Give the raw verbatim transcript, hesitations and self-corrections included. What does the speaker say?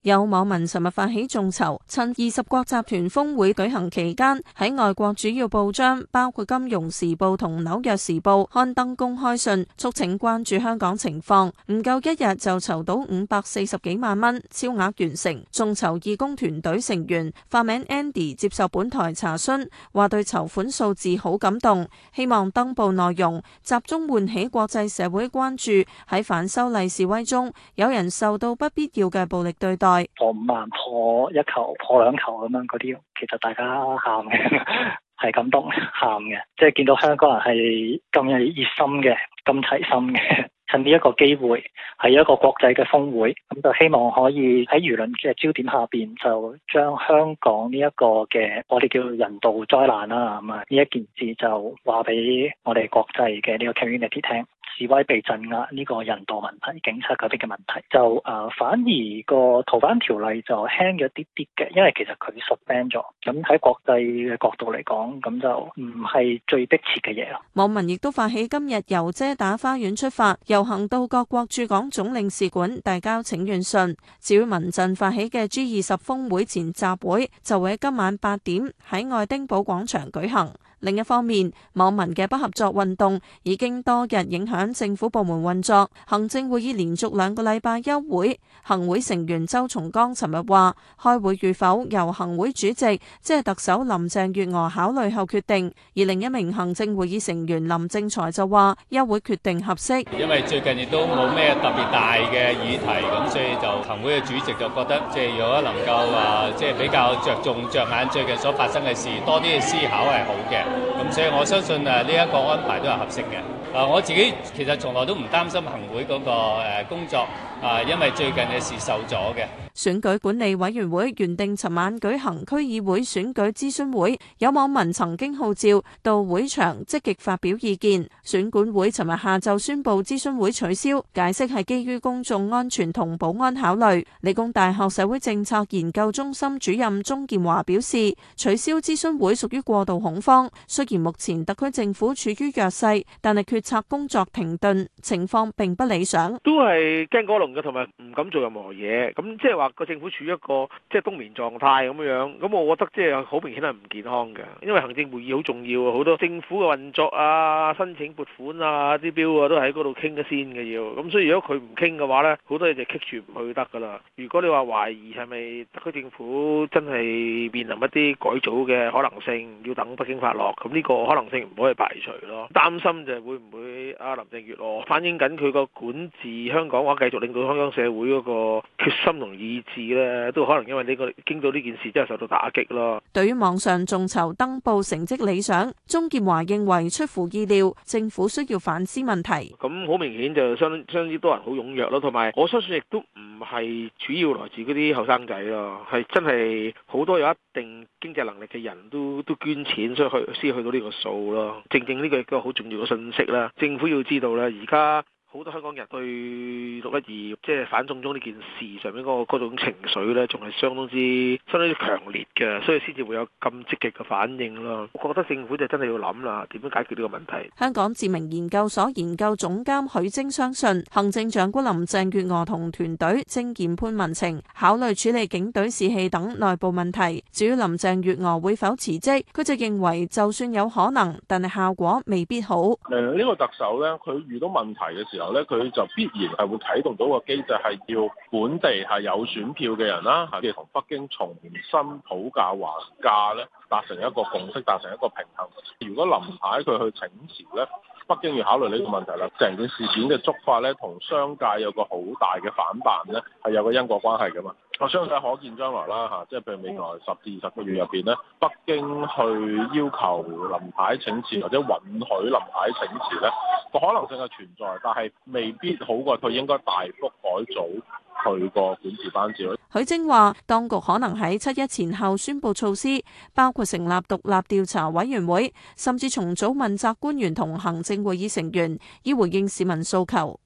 有網民尋日發起眾籌，趁二十國集團峰會舉行期間，喺外國主要報章，包括《金融時報》同《紐約時報》刊登公開信，促請關注香港情況。唔夠一日就籌到五百四十幾萬蚊，超額完成。眾籌義工團隊成員化名 Andy 接受本台查詢，話對籌款數字好感動，希望登報內容集中喚起國際社會關注喺反修例示威中有人受到不必要嘅暴力對待。 破五萬、破一球、破兩球咁樣嗰啲，其實大家喊嘅，係感動喊嘅，即係見到香港人係咁有熱心嘅、咁齊心嘅，趁呢一個機會係一個國際嘅峰會，咁就希望可以喺輿論嘅焦點下邊，就將香港呢一個嘅我哋叫人道災難啦，咁啊呢一件事就話俾我哋國際嘅呢個 community 聽。示威被鎮壓呢個人道問題，警察嗰邊嘅問題，就誒、呃、反而個逃犯條例就輕咗啲啲嘅，因為其實佢 suspend 咗，咁喺國際嘅角度嚟講，咁就唔係最迫切嘅嘢咯。 網民亦都發起今日由遮打花園出發，遊行到各國駐港總領事館遞交請願信。至於民陣發起嘅 G 二十峰會前集會，就會喺今晚八點喺愛丁堡廣場舉行。另一方面，網民嘅不合作運動已經多日影響政府部門運作，行政會議連續兩個禮拜休會。行會成員周松崗尋日話，開會與否由行會主席即係特首林鄭月娥考慮後決定。而另一名行政會議成員林正財就話，休會決定合適， 因為最近亦都冇咩特別大嘅議題，咁所以就行會嘅主席就覺得，即係如果能夠話即係比較着重着眼最近所發生嘅事，多啲嘅思考係好嘅。咁所以我相信誒呢一個安排都係合適嘅。誒我自己其實從來都唔擔心行會嗰個誒工作，啊，因為最近嘅事受阻嘅。 選舉管理委員會原定尋晚舉行區議會選舉諮詢會，有網民曾經號召到會場積極發表意見。選管會尋日下晝宣布諮詢會取消，解釋係基於公眾安全同保安考慮。理工大學社會政策研究中心主任鍾建華表示，取消諮詢會屬於過度恐慌。雖然目前特區政府處於弱勢，但係決策工作停頓，情況並不理想。 都係驚過龍嘅，同埋唔敢做任何嘢。咁即係話個政府處於一個即係冬眠狀態咁樣，咁我覺得即係好明顯係唔健康嘅。因為行政會議好重要，好多政府嘅運作啊、申請撥款啊、啲標啊都喺嗰度傾咗先嘅要。咁所以如果佢唔傾嘅話呢，好多嘢就棘住唔去得噶啦。如果你話懷疑係咪特區政府真係面臨一啲改組嘅可能性，要等北京發落，咁呢個可能性唔可以排除咯。擔心就係會唔會阿林鄭月娥反映緊佢個管治香港或者繼續領導香港社會嗰個決心同意志咧，都可能因為呢個經過呢件事真係受到打擊咯。 對於網上眾籌登報成績理想，鍾建華認為出乎意料，政府需要反思問題。 咁好明顯就相相當之多人好踴躍咯，同埋我相信亦都唔係主要來自嗰啲後生仔咯，係真係好多有一定經濟能力嘅人都都捐錢，所以去先去到呢個數咯。正正呢個亦都好重要嘅信息啦，政府要知道咧，而家好多香港人對六一二即係反送中呢件事上面嗰個嗰種情緒咧，仲係相當之相當之強烈嘅，所以先至會有咁積極嘅反應咯。我覺得政府就真係要諗啦，點樣解決呢個問題。 香港智明研究所研究總監許晶相信，行政長官林鄭月娥同團隊精研判民情，考慮處理警隊士氣等內部問題。至於林鄭月娥會否辭職，佢就認為就算有可能，但係效果未必好。 誒、呃，呢、這個特首咧，佢遇到問題嘅時候咧，佢就必然係會啟動到個機制，係要本地係有選票嘅人啦，係同北京重新討價還價咧，達成一個共識，達成一個平衡。如果林太佢去請辭咧，北京要考慮呢個問題啦。成件事件嘅觸發咧，同商界有個好大嘅反彈咧，係有個因果關係噶嘛。我相信可見將來啦嚇，即係譬如未來十至二十個月入邊咧，北京去要求林太請辭或者允許林太請辭咧，個可能性係存在，但係未必好過佢應該大幅改組佢個管治班子。 許晶話，當局可能喺七一前後宣布措施，包括成立獨立調查委員會，甚至重組問責官員同行政會議成員，以回應市民訴求。